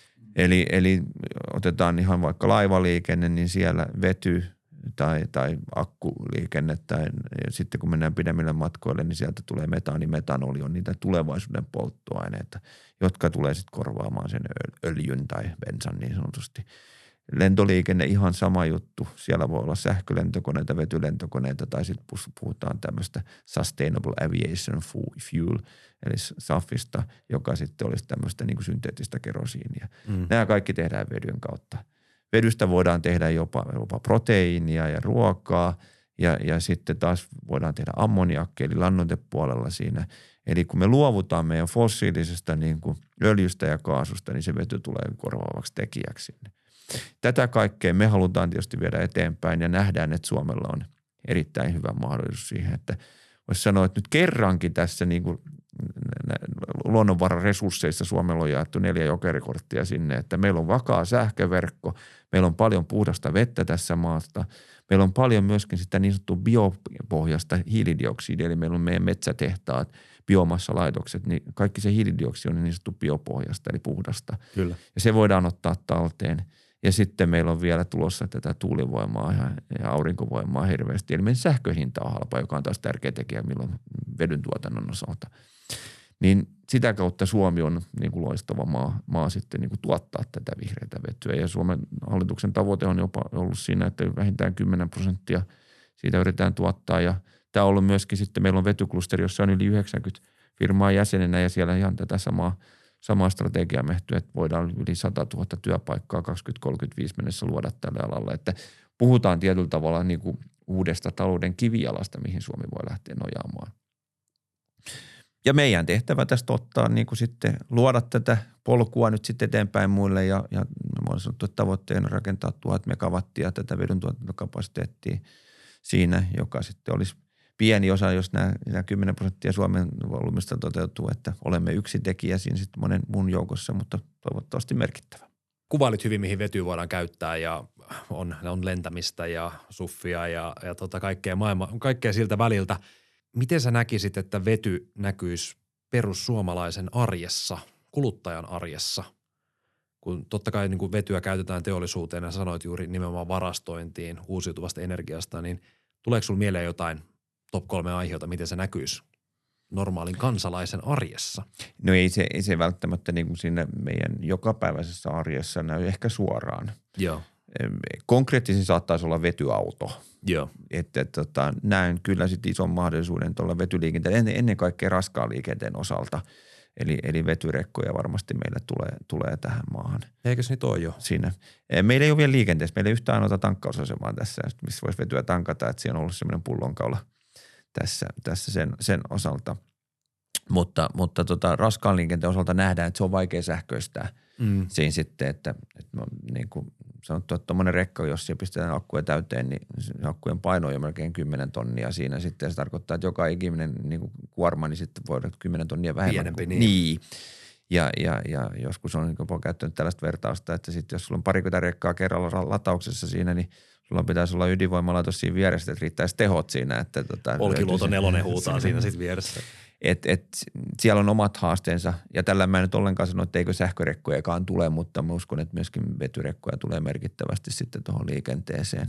Eli otetaan ihan vaikka laivaliikenne, niin siellä vety tai akkuliikenne tai sitten kun mennään pidemmille matkoille, niin sieltä tulee metanoli on niitä tulevaisuuden polttoaineita, jotka tulee sitten korvaamaan sen öljyn tai bensan niin sanotusti. Lentoliikenne ihan sama juttu. Siellä voi olla sähkölentokoneita, vetylentokoneita tai sitten puhutaan tämmöistä Sustainable Aviation Fuel, eli SAFista, joka sitten olisi tämmöistä niin kuin synteettistä kerosiinia. Nämä kaikki tehdään vedyn kautta. Vedystä voidaan tehdä jopa proteiinia ja ruokaa ja sitten taas voidaan tehdä ammoniakkia eli lannoitepuolella siinä. Eli kun me luovutaan meidän fossiilisesta niin kuin öljystä ja kaasusta, niin se vety tulee korvaavaksi tekijäksi sinne. Tätä kaikkea me halutaan tietysti viedä eteenpäin ja nähdään, että Suomella on erittäin hyvä mahdollisuus siihen, että voisi sanoa, että nyt kerrankin tässä niin kuin luonnonvararesursseissa Suomella on jaettu 4 jokerikorttia sinne, että meillä on vakaa sähköverkko, meillä on paljon puhdasta vettä tässä maasta, meillä on paljon myöskin sitä niin sanottua biopohjasta hiilidioksidia, eli meillä on meidän metsätehtaat, biomassalaitokset, niin kaikki se hiilidioksidi on niin sanottu biopohjasta, eli puhdasta. Kyllä. Ja se voidaan ottaa talteen. Ja sitten meillä on vielä tulossa tätä tuulivoimaa ja aurinkovoimaa hirveästi. Eli meidän sähköhinta on halpa, joka on taas tärkeä tekijä milloin vedyn tuotannon osalta. Niin sitä kautta Suomi on niin kuin loistava maa sitten niin kuin tuottaa tätä vihreätä vetyä. Ja Suomen hallituksen tavoite on jopa ollut siinä, että vähintään 10% siitä yritetään tuottaa. Ja tämä on ollut myöskin sitten, meillä on vetyklusteri, jossa on yli 90 firmaa jäsenenä ja siellä ihan tätä samaa strategiaa mehtyä, että voidaan yli 100 000 työpaikkaa 2035 mennessä luoda tälle alalle. Että puhutaan tietyllä tavalla niin kuin uudesta talouden kivijalasta, mihin Suomi voi lähteä nojaamaan. Ja meidän tehtävä tästä ottaa niin kuin sitten luoda tätä polkua nyt sitten eteenpäin muille ja mä olen sanottu, että tavoitteena on rakentaa 1000 megawattia tätä vedyn tuotantokapasiteettia siinä, joka sitten olisi pieni osa, jos nämä 10% Suomen volyymista toteutuu, että olemme yksi tekijä siinä sitten monen muun joukossa, mutta toivottavasti merkittävä. Kuvailit hyvin, mihin vetyä voidaan käyttää ja on lentämistä ja suffia ja kaikkea siltä väliltä. Miten sä näkisit, että vety näkyisi perussuomalaisen arjessa, kuluttajan arjessa? Kun totta kai niin kuin vetyä käytetään teollisuuteen ja sanoit juuri nimenomaan varastointiin uusiutuvasta energiasta, niin tuleeko sulla mieleen jotain top 3 aiheita, miten se näkyisi normaalin kansalaisen arjessa? No ei se välttämättä niin kuin siinä meidän jokapäiväisessä arjessa näy ehkä suoraan. Joo. Konkreettisin saattaisi olla vetyauto. Joo. Että näen kyllä sitten ison mahdollisuuden tuolla vetyliikenteen, ennen kaikkea raskaan liikenteen osalta. Eli vetyrekkoja varmasti meille tulee tähän maahan. Eikös niitä ole jo? Siinä. Meillä ei ole vielä liikenteessä. Meillä ei yhtään ainoata tankkausasemaa tässä, missä voisi vetyä tankata. Että siinä on ollut semmoinen pullonkaula tässä sen osalta. Mutta raskaan liikenteen osalta nähdään, että se on vaikea sähköistää. Siinä sitten, että niin kuin sanottu, että tuommoinen rekka, jos siellä pistetään akkuja täyteen, niin akkujen paino on jo melkein 10 tonnia siinä sitten. Se tarkoittaa, että joka ikinen niin kuin kuorma, niin sitten voi olla 10 tonnia vähemmän. Pienempi, niin. Ja joskus on niin käyttänyt tällaista vertausta, että sitten jos sulla on 20 rekkaa kerralla latauksessa siinä, niin sulla pitäisi olla ydinvoimalaitos siinä vieressä, että riittäisi tehot siinä. Että Olkiluoto 4 huutaa siinä sitten vieressä. Siellä on omat haasteensa ja tällä mä en nyt ollenkaan sano, että eikö sähkörekkojakaan tule, mutta mä uskon, että myöskin vetyrekkoja tulee merkittävästi sitten tuohon liikenteeseen.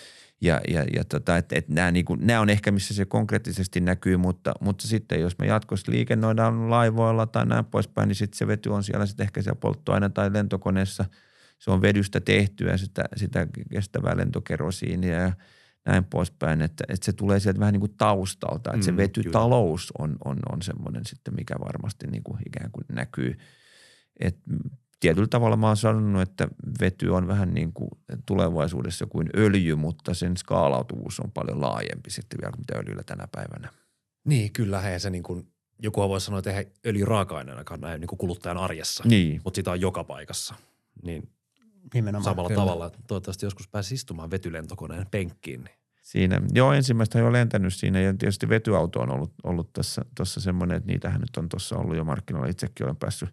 Nämä on ehkä missä se konkreettisesti näkyy, mutta sitten jos me jatkossa liikennoidaan laivoilla tai näin poispäin, niin sitten se vety on siellä sitten ehkä siellä polttoaine- tai lentokoneessa. Se on vedystä tehtyä sitä kestävää lentokerosiinia ja näin poispäin, että se tulee sieltä vähän niin kuin taustalta, että se vetytalous on semmoinen sitten, mikä varmasti niin kuin ikään kuin näkyy. Et tietyllä tavalla mä oon sanonut, että vety on vähän niin kuin tulevaisuudessa kuin öljy, mutta sen skaalautuvuus on paljon laajempi sitten vielä kuin mitä öljyllä tänä päivänä. Niin, kyllä. Se niin kuin, joku voi sanoa, että eihän öljy raaka-aineenakaan näy niin kuin kuluttajan arjessa, niin. Mutta sitä on joka paikassa. Niin nimenomaan, samalla kyllä. tavalla toivottavasti joskus pääsi istumaan vetylentokoneen penkkiin. Niin. Siinä, joo, ensimmäistä on jo lentänyt siinä ja tietysti vetyauto on ollut tuossa semmoinen, että niitähän nyt on tuossa ollut jo markkinoilla. Itsekin olen päässyt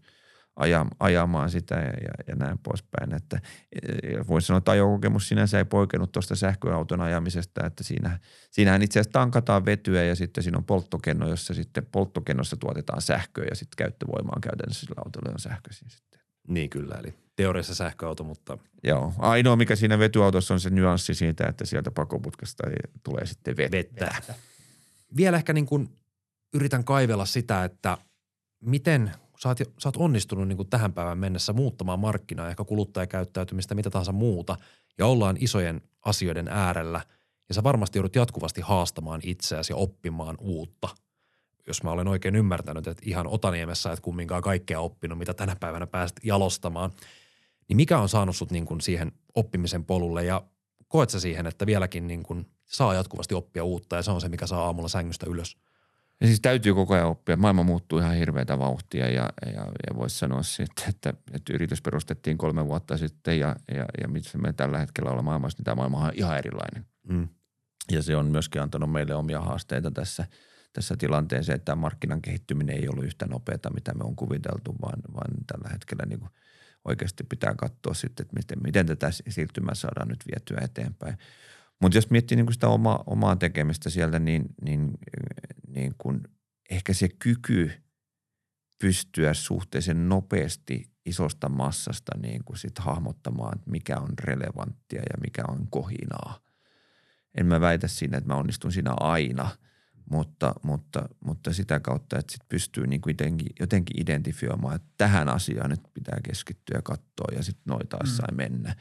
ajamaan sitä ja näin poispäin. Että voisi sanoa, että ajokokemus sinänsä ei poikennut tuosta sähköauton ajamisesta, että siinähän itse asiassa tankataan vetyä ja sitten siinä on polttokenno, jossa sitten polttokennossa tuotetaan sähköä ja sitten käyttövoima on käytännössä sillä autolla on sähköisiä sitten. Niin kyllä, eli teoriassa sähköauto, mutta joo, ainoa mikä siinä vetyautossa on se nyanssi siitä, että sieltä pakoputkesta tulee sitten vettä. Vielä ehkä niin kuin yritän kaivella sitä, että miten sä oot onnistunut niin kuin tähän päivään mennessä muuttamaan markkinaa, ehkä kuluttajakäyttäytymistä, mitä tahansa muuta, ja ollaan isojen asioiden äärellä, ja sä varmasti joudut jatkuvasti haastamaan itseäsi ja oppimaan uutta. Jos mä olen oikein ymmärtänyt, että ihan Otaniemessä et kumminkaan kaikkea oppinut, mitä tänä päivänä pääset jalostamaan, niin mikä on saanut sut niin kuin siihen oppimisen polulle, ja koet sä siihen, että vieläkin niin kuin saa jatkuvasti oppia uutta, ja se on se, mikä saa aamulla sängystä ylös? Ja siis täytyy koko ajan oppia. Maailma muuttuu ihan hirveätä vauhtia ja voisi sanoa sitten, että yritys perustettiin 3 vuotta sitten ja missä me tällä hetkellä ollaan maailmassa, niin tämä maailma on ihan erilainen. Ja se on myöskin antanut meille omia haasteita tässä tilanteeseen, että tämä markkinan kehittyminen ei ollut yhtä nopeata, mitä me on kuviteltu, vaan tällä hetkellä niin kuin oikeasti pitää katsoa sitten, että miten tätä siirtymää saadaan nyt vietyä eteenpäin. Mutta jos miettii niin kuin sitä omaa tekemistä sieltä, niin kun ehkä se kyky pystyä suhteellisen nopeasti isosta massasta niin kuin sit hahmottamaan, mikä on relevanttia ja mikä on kohinaa. En mä väitä siinä, että mä onnistun siinä aina, mutta sitä kautta, että sit pystyy niin kuin jotenkin identifioimaan, että tähän asiaan nyt pitää keskittyä ja katsoa ja sitten noita sai mennä.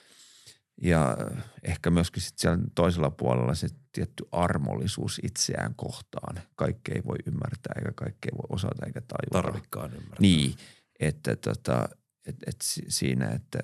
Ja ehkä myöskin sitten siellä toisella puolella se tietty armollisuus itseään kohtaan. Kaikkea ei voi ymmärtää eikä kaikkea voi osata eikä tajuta. Tarvikkaan ymmärtää. Niin, että siinä, että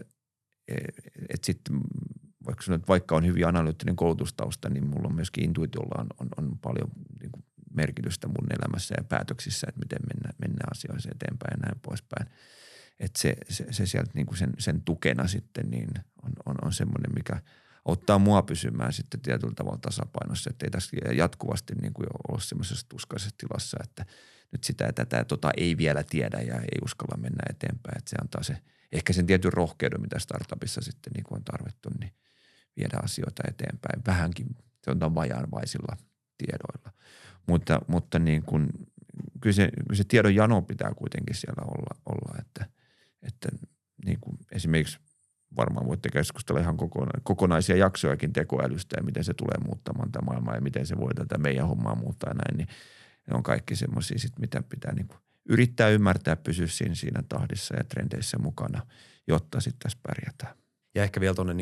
sitten vaikka on hyvin analyyttinen koulutustausta, niin mulla on myöskin intuitiolla on paljon niin kuin merkitystä mun elämässä ja päätöksissä, että miten mennään asioissa eteenpäin ja näin poispäin. Että se sieltä niin kuin sen tukena sitten niin on semmoinen, mikä auttaa mua pysymään sitten tietyllä tavalla tasapainossa, että ei tässä jatkuvasti niin kuin ole semmoisessa tuskaisessa tilassa, että nyt sitä ja tätä ei vielä tiedä ja ei uskalla mennä eteenpäin. Että se antaa ehkä sen tietyn rohkeuden, mitä startupissa sitten niin kuin on tarvittu, niin viedä asioita eteenpäin. Vähänkin se on vajaanvaisilla tiedoilla. Mutta niin kuin, kyllä se tiedon jano pitää kuitenkin siellä olla että niin kuin esimerkiksi varmaan voitte keskustella ihan kokonaisia jaksojakin tekoälystä ja miten se tulee muuttamaan tätä maailmaa ja miten se voi tätä meidän hommaa muuttaa ja näin, niin ne on kaikki semmoisia, mitä pitää niin kuin yrittää ymmärtää, pysyä siinä tahdissa ja trendeissä mukana, jotta sitten tässä pärjätään. Ja ehkä vielä tuonne niin kuin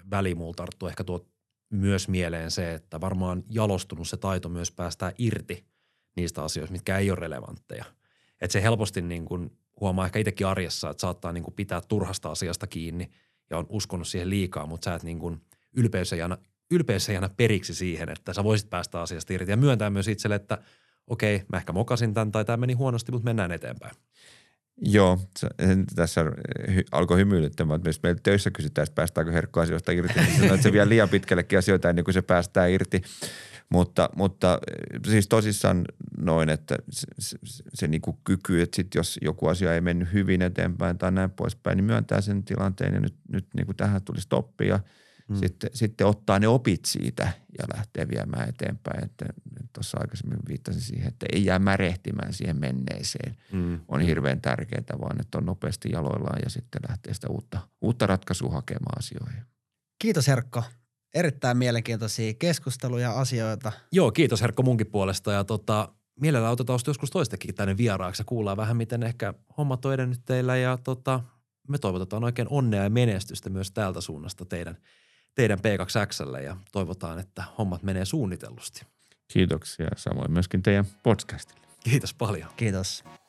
väliin mulla tarttuu ehkä tuo myös mieleen se, että varmaan jalostunut se taito myös päästää irti niistä asioista, mitkä ei ole relevantteja. Että se helposti niin kuin huomaa ehkä itsekin arjessa, että saattaa niin kuin pitää turhasta asiasta kiinni ja on uskonut siihen liikaa, mutta sä et niin kuin ylpeys ei anna periksi siihen, että sä voisit päästä asiasta irti ja myöntää myös itselle, että okei, mä ehkä mokasin tämän tai tämä meni huonosti, mutta mennään eteenpäin. Joo, tässä alkoi hymyilyttämään, että meillä töissä kysytään, että päästäänkö Herkko asioista irti. Sanoin, että se vie liian pitkällekin asioita ennen kuin se päästään irti. Mutta siis tosissaan noin, että se niin kuin kyky, että sit jos joku asia ei mennyt hyvin eteenpäin tai näin poispäin, niin myöntää sen tilanteen ja nyt niin kuin tähän tuli stoppi ja sitten ottaa ne opit siitä ja lähtee viemään eteenpäin. Että tuossa aikaisemmin viittasin siihen, että ei jää märehtimään siihen menneeseen. On hirveän tärkeää, vaan että on nopeasti jaloillaan ja sitten lähtee sitä uutta ratkaisua hakemaan asioihin. Kiitos Herkko. Erittäin mielenkiintoisia keskusteluja ja asioita. Joo, kiitos Herkko munkin puolesta ja mielellään otetaan joskus toistakin tänne vieraaksi ja kuullaan vähän, miten ehkä hommat on edennyt teillä ja me toivotetaan oikein onnea ja menestystä myös täältä suunnasta teidän P2X:lle ja toivotaan, että hommat menee suunnitellusti. Kiitoksia samoin myöskin teidän podcastille. Kiitos paljon. Kiitos.